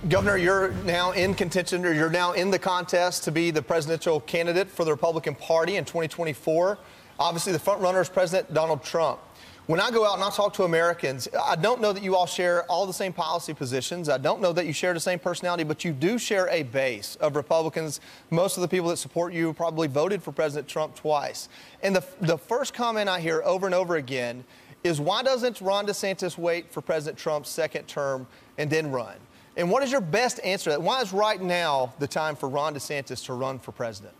Governor, you're now in contention, or you're now in the contest to be the presidential candidate for the Republican Party in 2024. Obviously, the front runner is President Donald Trump. When I go out and I talk to Americans, I don't know that you all share all the same policy positions. I don't know that you share the same personality, but you do share a base of Republicans. Most of the people that support you probably voted for President Trump twice. And the first comment I hear over and over again is, why doesn't Ron DeSantis wait for President Trump's second term and then run? And what is your best answer to that? Why is right now the time for Ron DeSantis to run for president?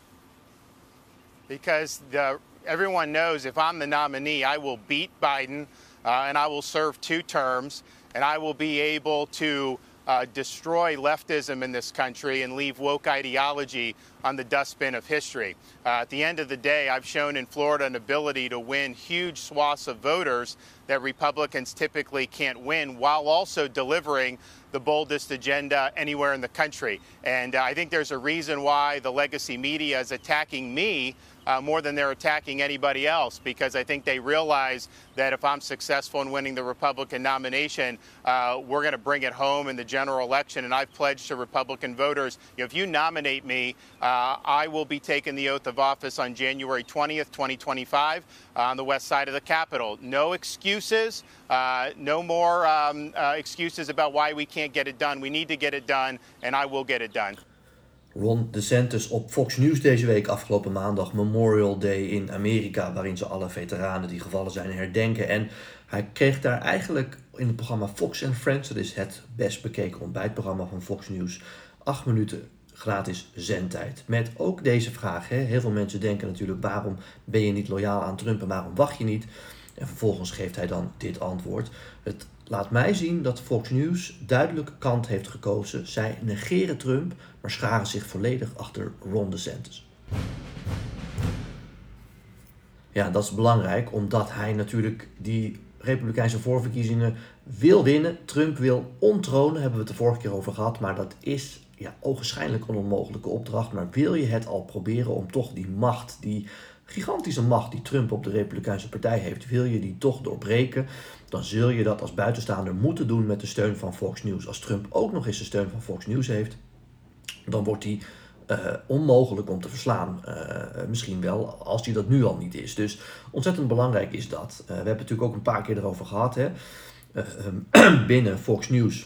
Because everyone knows if I'm the nominee, I will beat Biden and I will serve 2 terms, and I will be able to destroy leftism in this country and leave woke ideology on the dustbin of history. At the end of the day, I've shown in Florida an ability to win huge swaths of voters that Republicans typically can't win, while also delivering the boldest agenda anywhere in the country. And I think there's a reason why the legacy media is attacking me more than they're attacking anybody else, because I think they realize that if I'm successful in winning the Republican nomination, we're going to bring it home in the general election. And I've pledged to Republican voters, if you nominate me, I will be taking the oath of office on January 20th, 2025 on the west side of the Capitol. No excuses, no more excuses about why we can't get it done. We need to get it done, and I will get it done. Ron DeSantis op Fox News deze week, afgelopen maandag, Memorial Day in Amerika, waarin ze alle veteranen die gevallen zijn herdenken. En hij kreeg daar eigenlijk in het programma Fox and Friends, dat is het best bekeken ontbijtprogramma van Fox News, 8 minuten gratis zendtijd. Met ook deze vraag. Heel veel mensen denken natuurlijk, waarom ben je niet loyaal aan Trump en waarom wacht je niet? En vervolgens geeft hij dan dit antwoord. Het laat mij zien dat Fox News duidelijk kant heeft gekozen. Zij negeren Trump, maar scharen zich volledig achter Ron DeSantis. Ja, dat is belangrijk, omdat hij natuurlijk die Republikeinse voorverkiezingen wil winnen. Trump wil onttronen, hebben we het de vorige keer over gehad, maar dat is ogenschijnlijk een onmogelijke opdracht. Maar wil je het al proberen om toch die macht, die gigantische macht die Trump op de Republikeinse partij heeft, wil je die toch doorbreken, dan zul je dat als buitenstaander moeten doen met de steun van Fox News. Als Trump ook nog eens de steun van Fox News heeft, dan wordt hij onmogelijk om te verslaan. Misschien wel, als hij dat nu al niet is. Dus ontzettend belangrijk is dat. We hebben het natuurlijk ook een paar keer erover gehad. Binnen Fox News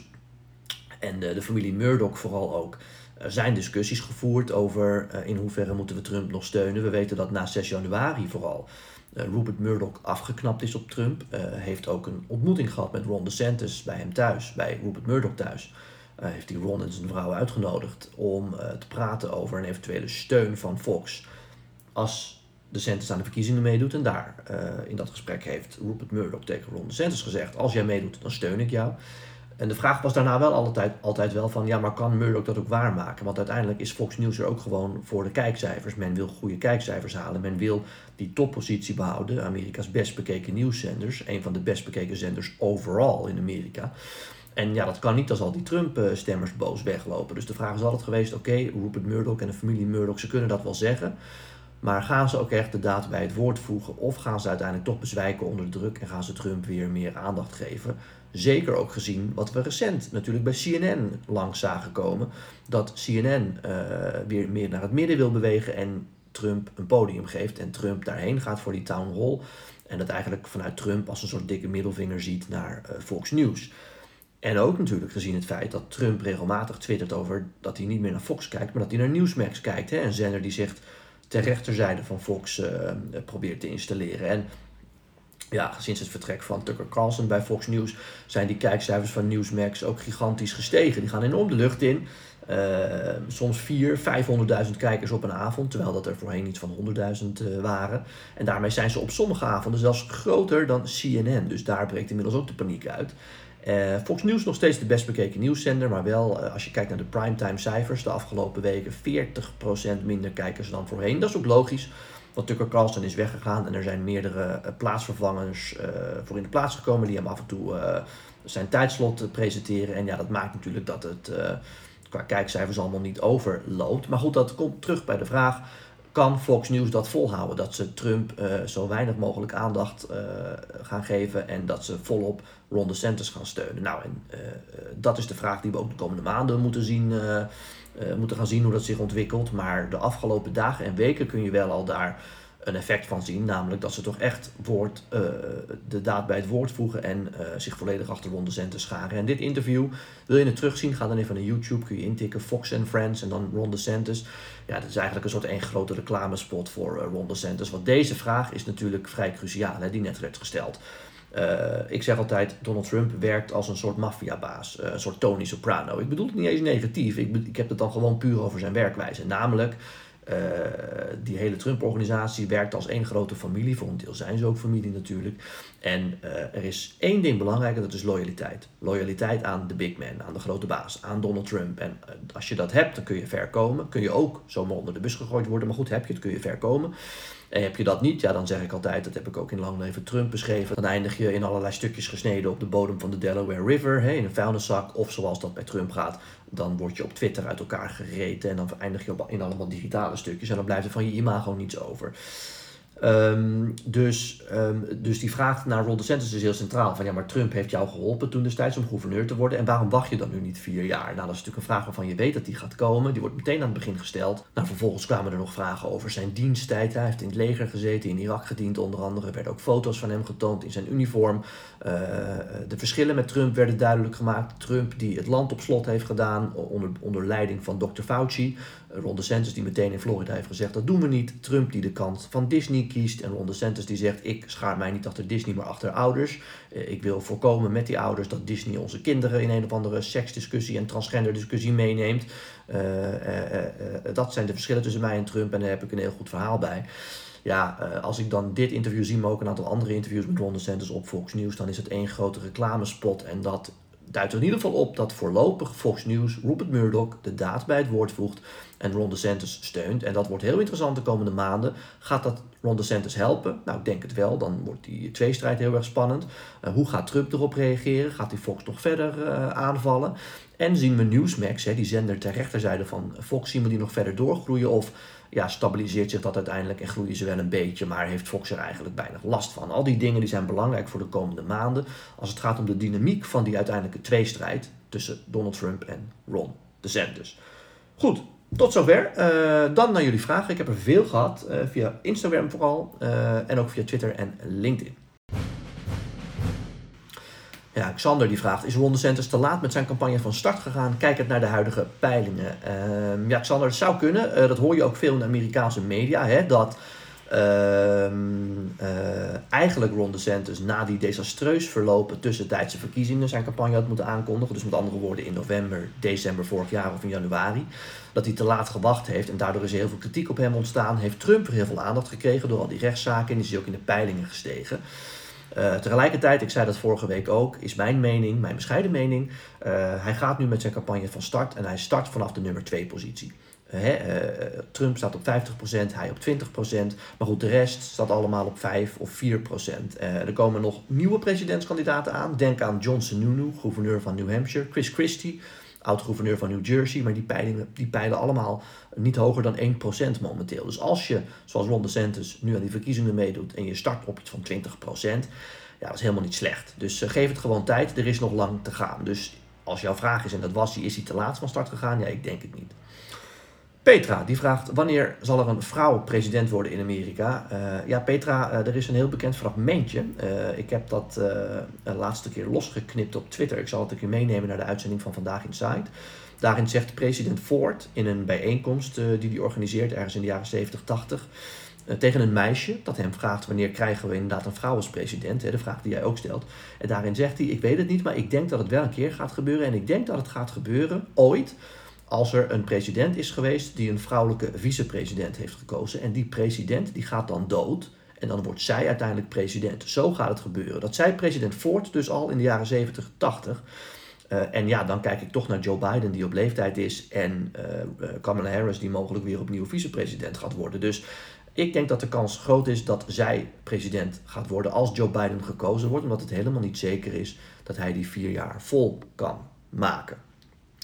en de familie Murdoch vooral ook, zijn discussies gevoerd over in hoeverre moeten we Trump nog steunen. We weten dat na 6 januari vooral Rupert Murdoch afgeknapt is op Trump. Heeft ook een ontmoeting gehad met Ron DeSantis bij hem thuis, bij Rupert Murdoch thuis. Heeft hij Ron en zijn vrouw uitgenodigd om te praten over een eventuele steun van Fox als DeSantis aan de verkiezingen meedoet. En daar in dat gesprek heeft Rupert Murdoch tegen Ron DeSantis gezegd, als jij meedoet, dan steun ik jou. En de vraag was daarna wel altijd wel van, ja, maar kan Murdoch dat ook waarmaken? Want uiteindelijk is Fox News er ook gewoon voor de kijkcijfers. Men wil goede kijkcijfers halen. Men wil die toppositie behouden. Amerika's best bekeken nieuwszenders. Een van de best bekeken zenders overal in Amerika. En ja, dat kan niet als al die Trump-stemmers boos weglopen. Dus de vraag is altijd geweest, oké, Rupert Murdoch en de familie Murdoch, ze kunnen dat wel zeggen. Maar gaan ze ook echt de daad bij het woord voegen? Of gaan ze uiteindelijk toch bezwijken onder de druk en gaan ze Trump weer meer aandacht geven? Zeker ook gezien wat we recent natuurlijk bij CNN langs zagen komen. Dat CNN weer meer naar het midden wil bewegen en Trump een podium geeft. En Trump daarheen gaat voor die town hall. En dat eigenlijk vanuit Trump als een soort dikke middelvinger ziet naar Fox News. En ook natuurlijk gezien het feit dat Trump regelmatig twittert over dat hij niet meer naar Fox kijkt, maar dat hij naar Newsmax kijkt. Een zender die zich ter rechterzijde van Fox probeert te installeren. En ja, sinds het vertrek van Tucker Carlson bij Fox News zijn die kijkcijfers van Newsmax ook gigantisch gestegen. Die gaan enorm de lucht in. Soms 500.000 kijkers op een avond, terwijl dat er voorheen iets van 100.000 waren. En daarmee zijn ze op sommige avonden zelfs groter dan CNN. Dus daar breekt inmiddels ook de paniek uit. Fox News nog steeds de best bekeken nieuwszender, maar wel als je kijkt naar de primetime cijfers de afgelopen weken 40% minder kijkers dan voorheen. Dat is ook logisch, want Tucker Carlson is weggegaan en er zijn meerdere plaatsvervangers voor in de plaats gekomen die hem af en toe zijn tijdslot presenteren. En ja, dat maakt natuurlijk dat het qua kijkcijfers allemaal niet overloopt. Maar goed, dat komt terug bij de vraag, kan Fox News dat volhouden? Dat ze Trump zo weinig mogelijk aandacht gaan geven en dat ze volop Ron DeSantis gaan steunen. Nou, en dat is de vraag die we ook de komende maanden moeten gaan zien hoe dat zich ontwikkelt. Maar de afgelopen dagen en weken kun je wel al daar een effect van zien. Namelijk dat ze toch echt de daad bij het woord voegen en zich volledig achter Ron DeSantis scharen. En dit interview, wil je het terugzien, ga dan even naar YouTube, kun je intikken Fox and Friends en dan Ron DeSantis. Ja, dat is eigenlijk een soort één grote reclamespot voor Ron DeSantis. Want deze vraag is natuurlijk vrij cruciaal, die net werd gesteld. Ik zeg altijd, Donald Trump werkt als een soort maffiabaas, een soort Tony Soprano. Ik bedoel het niet eens negatief, ik heb het dan gewoon puur over zijn werkwijze. Namelijk, die hele Trump-organisatie werkt als één grote familie. Voor een deel zijn ze ook familie natuurlijk. En er is één ding belangrijk en dat is loyaliteit. Loyaliteit aan de big man, aan de grote baas, aan Donald Trump. En als je dat hebt, dan kun je ver komen. Kun je ook zomaar onder de bus gegooid worden. Maar goed, heb je het, kun je ver komen. En heb je dat niet, ja, dan zeg ik altijd, dat heb ik ook in Lang Leven Trump beschreven. Dan eindig je in allerlei stukjes gesneden op de bodem van de Delaware River, in een vuilniszak. Of zoals dat bij Trump gaat, dan word je op Twitter uit elkaar gereten en dan eindig je in allemaal digitale stukjes. En dan blijft er van je imago niets over. Dus die vraag naar Ron DeSantis is heel centraal. Van ja, maar Trump heeft jou geholpen toen destijds om gouverneur te worden. En waarom wacht je dan nu niet 4 jaar? Nou, dat is natuurlijk een vraag waarvan je weet dat die gaat komen. Die wordt meteen aan het begin gesteld. Nou, vervolgens kwamen er nog vragen over zijn diensttijd. Hij heeft in het leger gezeten, in Irak gediend onder andere. Er werden ook foto's van hem getoond in zijn uniform. De verschillen met Trump werden duidelijk gemaakt. Trump die het land op slot heeft gedaan onder leiding van Dr. Fauci. Ron DeSantis die meteen in Florida heeft gezegd, dat doen we niet. Trump die de kant van Disney kiest. En Ron DeSantis die zegt, ik schaar mij niet achter Disney, maar achter ouders. Ik wil voorkomen met die ouders dat Disney onze kinderen in een of andere seksdiscussie en transgender discussie meeneemt. Dat zijn de verschillen tussen mij en Trump en daar heb ik een heel goed verhaal bij. Ja, als ik dan dit interview zie, maar ook een aantal andere interviews met Ron DeSantis op Fox News, dan is het één grote reclamespot. En dat duidt er in ieder geval op dat voorlopig Fox News Rupert Murdoch de daad bij het woord voegt en Ron DeSantis steunt. En dat wordt heel interessant de komende maanden. Gaat dat Ron DeSantis helpen? Nou, ik denk het wel. Dan wordt die tweestrijd heel erg spannend. Hoe gaat Trump erop reageren? Gaat hij Fox nog verder aanvallen? En zien we Newsmax, die zender ter rechterzijde van Fox, zien we die nog verder doorgroeien? Of ja, stabiliseert zich dat uiteindelijk en groeien ze wel een beetje, maar heeft Fox er eigenlijk weinig last van? Al die dingen die zijn belangrijk voor de komende maanden als het gaat om de dynamiek van die uiteindelijke tweestrijd tussen Donald Trump en Ron DeSantis. Goed, tot zover. Dan naar jullie vragen. Ik heb er veel gehad, via Instagram vooral en ook via Twitter en LinkedIn. Ja, Xander die vraagt, is Ron DeSantis te laat met zijn campagne van start gegaan? Kijkend naar de huidige peilingen. Ja, Xander, dat zou kunnen. Dat hoor je ook veel in de Amerikaanse media. Dat eigenlijk Ron DeSantis na die desastreus verlopen tussentijdse verkiezingen zijn campagne had moeten aankondigen. Dus met andere woorden in november, december vorig jaar of in januari. Dat hij te laat gewacht heeft en daardoor is er heel veel kritiek op hem ontstaan. Heeft Trump heel veel aandacht gekregen door al die rechtszaken en is hij ook in de peilingen gestegen. Tegelijkertijd, ik zei dat vorige week ook, is mijn mening, mijn bescheiden mening, hij gaat nu met zijn campagne van start en hij start vanaf de nummer 2 positie. Trump staat op 50%, hij op 20%, maar goed, de rest staat allemaal op 5 of 4%. Er komen nog nieuwe presidentskandidaten aan, denk aan John Sununu, gouverneur van New Hampshire, Chris Christie, oud-gouverneur van New Jersey, maar die peilen allemaal niet hoger dan 1% momenteel. Dus als je, zoals Ron DeSantis, nu aan die verkiezingen meedoet en je start op iets van 20%, ja, dat is helemaal niet slecht. Dus geef het gewoon tijd, er is nog lang te gaan. Dus als jouw vraag is, en dat was hij, is hij te laat van start gegaan? Ja, ik denk het niet. Petra, die vraagt, wanneer zal er een vrouw president worden in Amerika? Ja, Petra, er is een heel bekend fragmentje. Ik heb dat de laatste keer losgeknipt op Twitter. Ik zal het een keer meenemen naar de uitzending van Vandaag Inside. Daarin zegt president Ford in een bijeenkomst die hij organiseert ergens in de jaren 70, 80... tegen een meisje dat hem vraagt wanneer krijgen we inderdaad een vrouw als president. De vraag die jij ook stelt. En daarin zegt hij, ik weet het niet, maar ik denk dat het wel een keer gaat gebeuren. En ik denk dat het gaat gebeuren ooit als er een president is geweest die een vrouwelijke vicepresident heeft gekozen. En die president die gaat dan dood. En dan wordt zij uiteindelijk president. Zo gaat het gebeuren. Dat zei president Ford dus al in de jaren 70, 80. En ja, dan kijk ik toch naar Joe Biden die op leeftijd is. En Kamala Harris die mogelijk weer opnieuw vicepresident gaat worden. Dus ik denk dat de kans groot is dat zij president gaat worden als Joe Biden gekozen wordt. Omdat het helemaal niet zeker is dat hij die 4 jaar vol kan maken.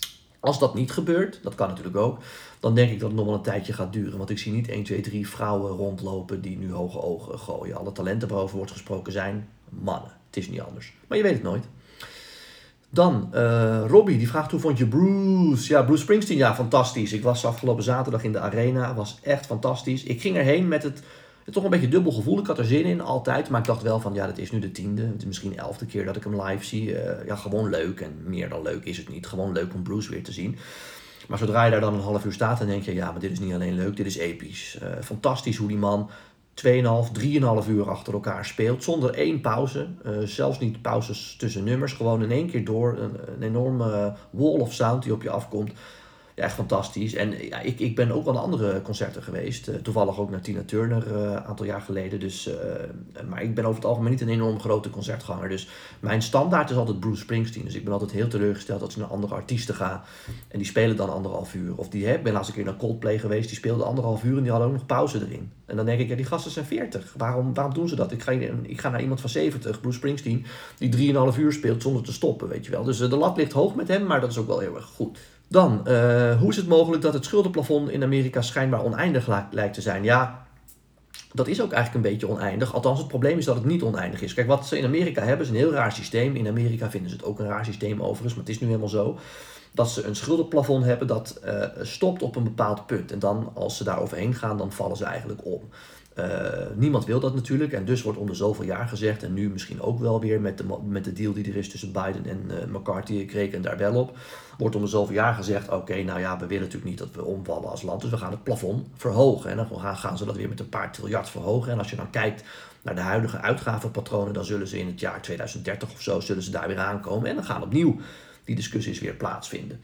Als dat niet gebeurt, dat kan natuurlijk ook, dan denk ik dat het nog wel een tijdje gaat duren. Want ik zie niet 1, 2, 3 vrouwen rondlopen die nu hoge ogen gooien. Alle talenten waarover wordt gesproken zijn mannen. Het is niet anders. Maar je weet het nooit. Dan, Robbie, die vraagt hoe vond je Bruce? Ja, Bruce Springsteen, ja, fantastisch. Ik was afgelopen zaterdag in de Arena, was echt fantastisch. Ik ging erheen met het toch een beetje dubbel gevoel. Ik had er zin in, altijd. Maar ik dacht wel van, ja, dat is nu de 10e. Het is misschien 11e keer dat ik hem live zie. Ja, gewoon leuk. En meer dan leuk is het niet. Gewoon leuk om Bruce weer te zien. Maar zodra je daar dan een half uur staat, dan denk je, ja, maar dit is niet alleen leuk, dit is episch. Fantastisch hoe die man 2,5, 3,5 uur achter elkaar speelt. Zonder één pauze. Zelfs niet pauzes tussen nummers. Gewoon in één keer door. Een enorme wall of sound die op je afkomt. Ja, echt fantastisch. En ja, ik ben ook wel naar andere concerten geweest. Toevallig ook naar Tina Turner een aantal jaar geleden. Dus, maar ik ben over het algemeen niet een enorm grote concertganger. Dus mijn standaard is altijd Bruce Springsteen. Dus ik ben altijd heel teleurgesteld dat ze naar andere artiesten gaan. En die spelen dan 1,5 uur. Of ik ben laatst een keer naar Coldplay geweest. Die speelden 1,5 uur en die hadden ook nog pauze erin. En dan denk ik, ja, die gasten zijn 40. Waarom doen ze dat? Ik ga naar iemand van 70, Bruce Springsteen, die 3,5 uur speelt zonder te stoppen, weet je wel. Dus de lat ligt hoog met hem, maar dat is ook wel heel erg goed. Dan, hoe is het mogelijk dat het schuldenplafond in Amerika schijnbaar oneindig lijkt te zijn? Ja, dat is ook eigenlijk een beetje oneindig. Althans, het probleem is dat het niet oneindig is. Kijk, wat ze in Amerika hebben is een heel raar systeem. In Amerika vinden ze het ook een raar systeem overigens, maar het is nu helemaal zo dat ze een schuldenplafond hebben dat stopt op een bepaald punt. En dan, als ze daar overheen gaan, dan vallen ze eigenlijk om. Niemand wil dat natuurlijk en dus wordt om de zoveel jaar gezegd, en nu misschien ook wel weer met de deal die er is tussen Biden en McCarthy, ik reken daar wel op, wordt om de zoveel jaar gezegd, oké, nou ja, we willen natuurlijk niet dat we omvallen als land, dus we gaan het plafond verhogen. En dan gaan ze dat weer met een paar triljard verhogen. En als je dan kijkt naar de huidige uitgavenpatronen, dan zullen ze in het jaar 2030 of zo, zullen ze daar weer aankomen en dan gaan opnieuw die discussies weer plaatsvinden.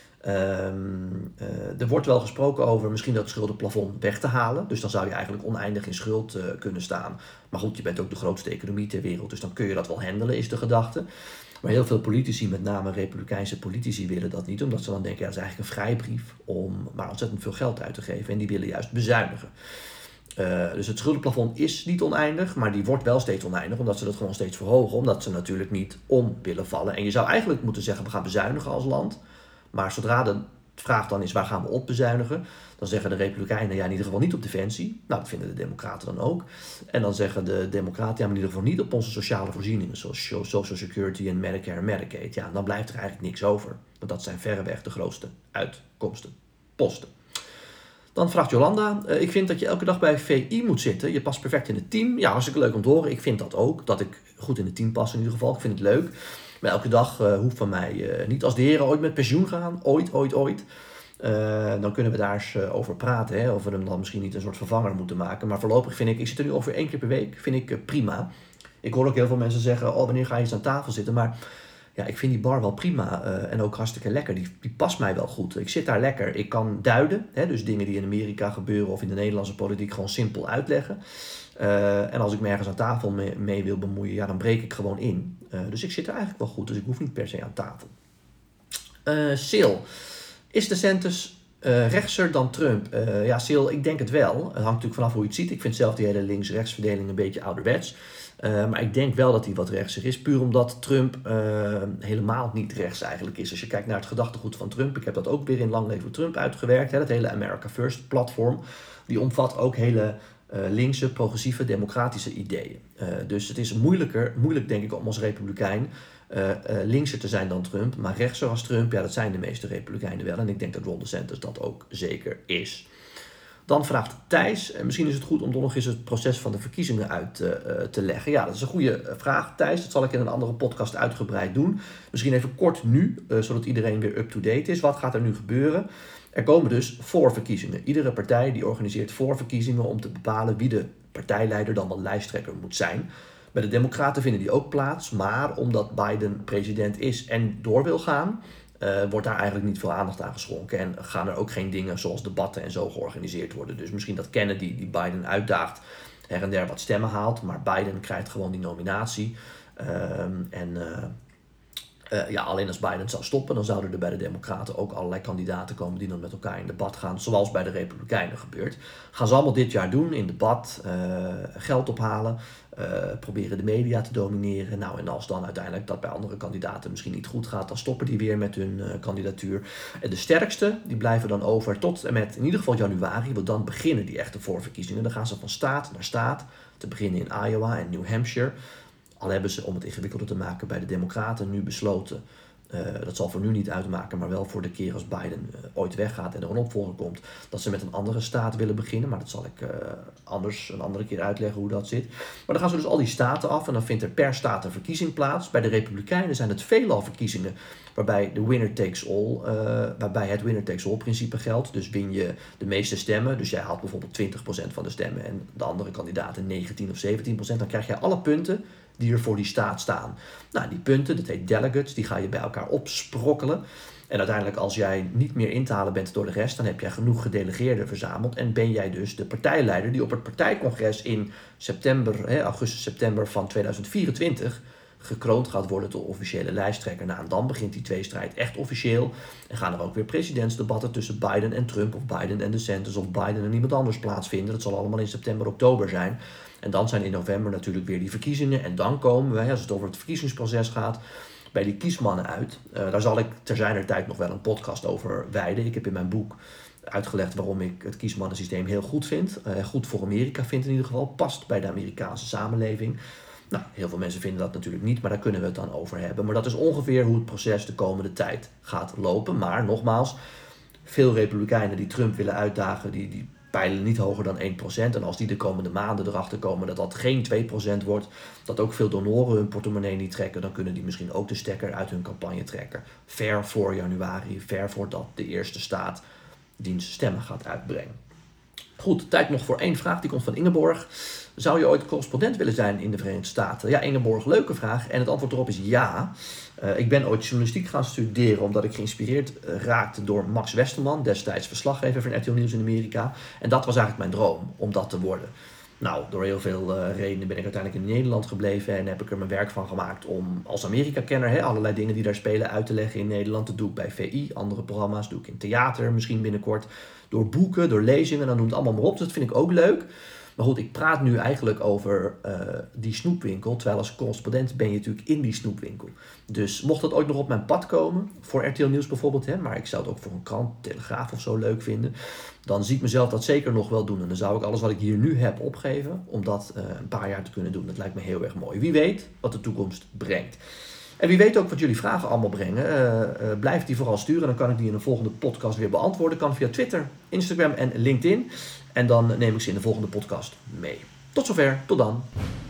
Er wordt wel gesproken over misschien dat schuldenplafond weg te halen. Dus dan zou je eigenlijk oneindig in schuld kunnen staan. Maar goed, je bent ook de grootste economie ter wereld. Dus dan kun je dat wel handelen, is de gedachte. Maar heel veel politici, met name republikeinse politici, willen dat niet. Omdat ze dan denken, ja, dat is eigenlijk een vrijbrief om maar ontzettend veel geld uit te geven. En die willen juist bezuinigen. Dus het schuldenplafond is niet oneindig, maar die wordt wel steeds oneindig, omdat ze dat gewoon steeds verhogen. Omdat ze natuurlijk niet om willen vallen. En je zou eigenlijk moeten zeggen, we gaan bezuinigen als land. Maar zodra de vraag dan is, waar gaan we op bezuinigen? Dan zeggen de Republikeinen, ja, in ieder geval niet op defensie. Nou, dat vinden de Democraten dan ook. En dan zeggen de Democraten, ja, maar in ieder geval niet op onze sociale voorzieningen, zoals Social Security en Medicare en Medicaid. Ja, dan blijft er eigenlijk niks over. Want dat zijn verreweg de grootste uitkomsten, posten. Dan vraagt Jolanda, ik vind dat je elke dag bij VI moet zitten. Je past perfect in het team. Ja, hartstikke leuk om te horen. Ik vind dat ook, dat ik goed in het team pas in ieder geval. Ik vind het leuk. Maar elke dag hoeft van mij niet. Als de heren ooit met pensioen gaan, ooit. Dan kunnen we daar eens over praten. Hè? Of we hem dan misschien niet een soort vervanger moeten maken. Maar voorlopig vind ik zit er nu ongeveer 1 keer per week, vind ik prima. Ik hoor ook heel veel mensen zeggen, oh, wanneer ga je eens aan tafel zitten? Maar ja, ik vind die bar wel prima en ook hartstikke lekker. Die past mij wel goed. Ik zit daar lekker. Ik kan duiden, hè, dus dingen die in Amerika gebeuren of in de Nederlandse politiek gewoon simpel uitleggen. En als ik me ergens aan tafel mee wil bemoeien, ja, dan breek ik gewoon in. Dus ik zit er eigenlijk wel goed, dus ik hoef niet per se aan tafel. Sil, is DeSantis rechtser dan Trump? Ja, Sil, ik denk het wel. Het hangt natuurlijk vanaf hoe je het ziet. Ik vind zelf die hele links-rechts verdeling een beetje ouderwets. Maar ik denk wel dat hij wat rechtser is, puur omdat Trump helemaal niet rechts eigenlijk is. Als je kijkt naar het gedachtegoed van Trump, ik heb dat ook weer in Lang Leven Trump uitgewerkt, hè, dat hele America First platform, die omvat ook hele linkse, progressieve, democratische ideeën. Dus het is moeilijk denk ik om als republikein linkser te zijn dan Trump, maar rechtser als Trump, ja, dat zijn de meeste republikeinen wel. En ik denk dat Ron DeSantis dat ook zeker is. Dan vraagt Thijs, en misschien is het goed om toch nog eens het proces van de verkiezingen uit te leggen. Ja, dat is een goede vraag, Thijs. Dat zal ik in een andere podcast uitgebreid doen. Misschien even kort nu, zodat iedereen weer up-to-date is. Wat gaat er nu gebeuren? Er komen dus voorverkiezingen. Iedere partij die organiseert voorverkiezingen om te bepalen wie de partijleider dan wel lijsttrekker moet zijn. Bij de Democraten vinden die ook plaats, maar omdat Biden president is en door wil gaan, wordt daar eigenlijk niet veel aandacht aan geschonken. En gaan er ook geen dingen zoals debatten en zo georganiseerd worden. Dus misschien dat Kennedy, die Biden uitdaagt, her en der wat stemmen haalt. Maar Biden krijgt gewoon die nominatie. Alleen als Biden zou stoppen, dan zouden er bij de Democraten ook allerlei kandidaten komen die dan met elkaar in debat gaan, zoals bij de Republikeinen gebeurt. Gaan ze allemaal dit jaar doen, in debat, geld ophalen, proberen de media te domineren. Nou, en als dan uiteindelijk dat bij andere kandidaten misschien niet goed gaat, dan stoppen die weer met hun kandidatuur. En de sterkste, die blijven dan over tot en met in ieder geval januari, want dan beginnen die echte voorverkiezingen. Dan gaan ze van staat naar staat, te beginnen in Iowa en New Hampshire. Al hebben ze, om het ingewikkelder te maken, bij de Democraten nu besloten, dat zal voor nu niet uitmaken, maar wel voor de keer als Biden ooit weggaat en er een opvolger komt, dat ze met een andere staat willen beginnen. Maar dat zal ik anders een andere keer uitleggen hoe dat zit. Maar dan gaan ze dus al die staten af en dan vindt er per staat een verkiezing plaats. Bij de Republikeinen zijn het veelal verkiezingen waarbij het winner takes all principe geldt. Dus win je de meeste stemmen, dus jij haalt bijvoorbeeld 20% van de stemmen en de andere kandidaten 19 of 17%, dan krijg jij alle punten die er voor die staat staan. Nou, die punten, dat heet delegates, die ga je bij elkaar opsprokkelen. En uiteindelijk, als jij niet meer in te halen bent door de rest, dan heb jij genoeg gedelegeerden verzameld en ben jij dus de partijleider die op het partijcongres in augustus, september van 2024 gekroond gaat worden tot officiële lijsttrekker. Nou, en dan begint die tweestrijd echt officieel en gaan er ook weer presidentsdebatten tussen Biden en Trump of Biden en DeSantis of Biden en iemand anders plaatsvinden. Dat zal allemaal in september, oktober zijn. En dan zijn in november natuurlijk weer die verkiezingen. En dan komen we, als het over het verkiezingsproces gaat, bij die kiesmannen uit. Daar zal ik ter zijner tijd nog wel een podcast over wijden. Ik heb in mijn boek uitgelegd waarom ik het kiesmannensysteem heel goed vind. Goed voor Amerika vind in ieder geval. Past bij de Amerikaanse samenleving. Nou, heel veel mensen vinden dat natuurlijk niet, maar daar kunnen we het dan over hebben. Maar dat is ongeveer hoe het proces de komende tijd gaat lopen. Maar nogmaals, veel Republikeinen die Trump willen uitdagen, die peilen niet hoger dan 1%. En als die de komende maanden erachter komen dat dat geen 2% wordt, dat ook veel donoren hun portemonnee niet trekken, dan kunnen die misschien ook de stekker uit hun campagne trekken. Ver voor januari, ver voordat de eerste staat diens stemmen gaat uitbrengen. Goed, tijd nog voor 1 vraag. Die komt van Ingeborg. Zou je ooit correspondent willen zijn in de Verenigde Staten? Ja, Ingeborg, leuke vraag. En het antwoord erop is ja. Ik ben ooit journalistiek gaan studeren omdat ik geïnspireerd raakte door Max Westerman, destijds verslaggever van RTL Nieuws in Amerika. En dat was eigenlijk mijn droom, om dat te worden. Nou, door heel veel redenen ben ik uiteindelijk in Nederland gebleven en heb ik er mijn werk van gemaakt om als Amerika-kenner allerlei dingen die daar spelen uit te leggen in Nederland. Dat doe ik bij VI, andere programma's doe ik in theater misschien binnenkort. Door boeken, door lezingen, dan noem het allemaal maar op. Dus dat vind ik ook leuk. Maar goed, ik praat nu eigenlijk over die snoepwinkel, terwijl als correspondent ben je natuurlijk in die snoepwinkel. Dus mocht dat ooit nog op mijn pad komen, voor RTL Nieuws bijvoorbeeld, maar ik zou het ook voor een krant, Telegraaf of zo leuk vinden, dan zie ik mezelf dat zeker nog wel doen. En dan zou ik alles wat ik hier nu heb opgeven, om dat een paar jaar te kunnen doen. Dat lijkt me heel erg mooi. Wie weet wat de toekomst brengt. En wie weet ook wat jullie vragen allemaal brengen. Blijf die vooral sturen. Dan kan ik die in een volgende podcast weer beantwoorden. Kan via Twitter, Instagram en LinkedIn. En dan neem ik ze in de volgende podcast mee. Tot zover. Tot dan.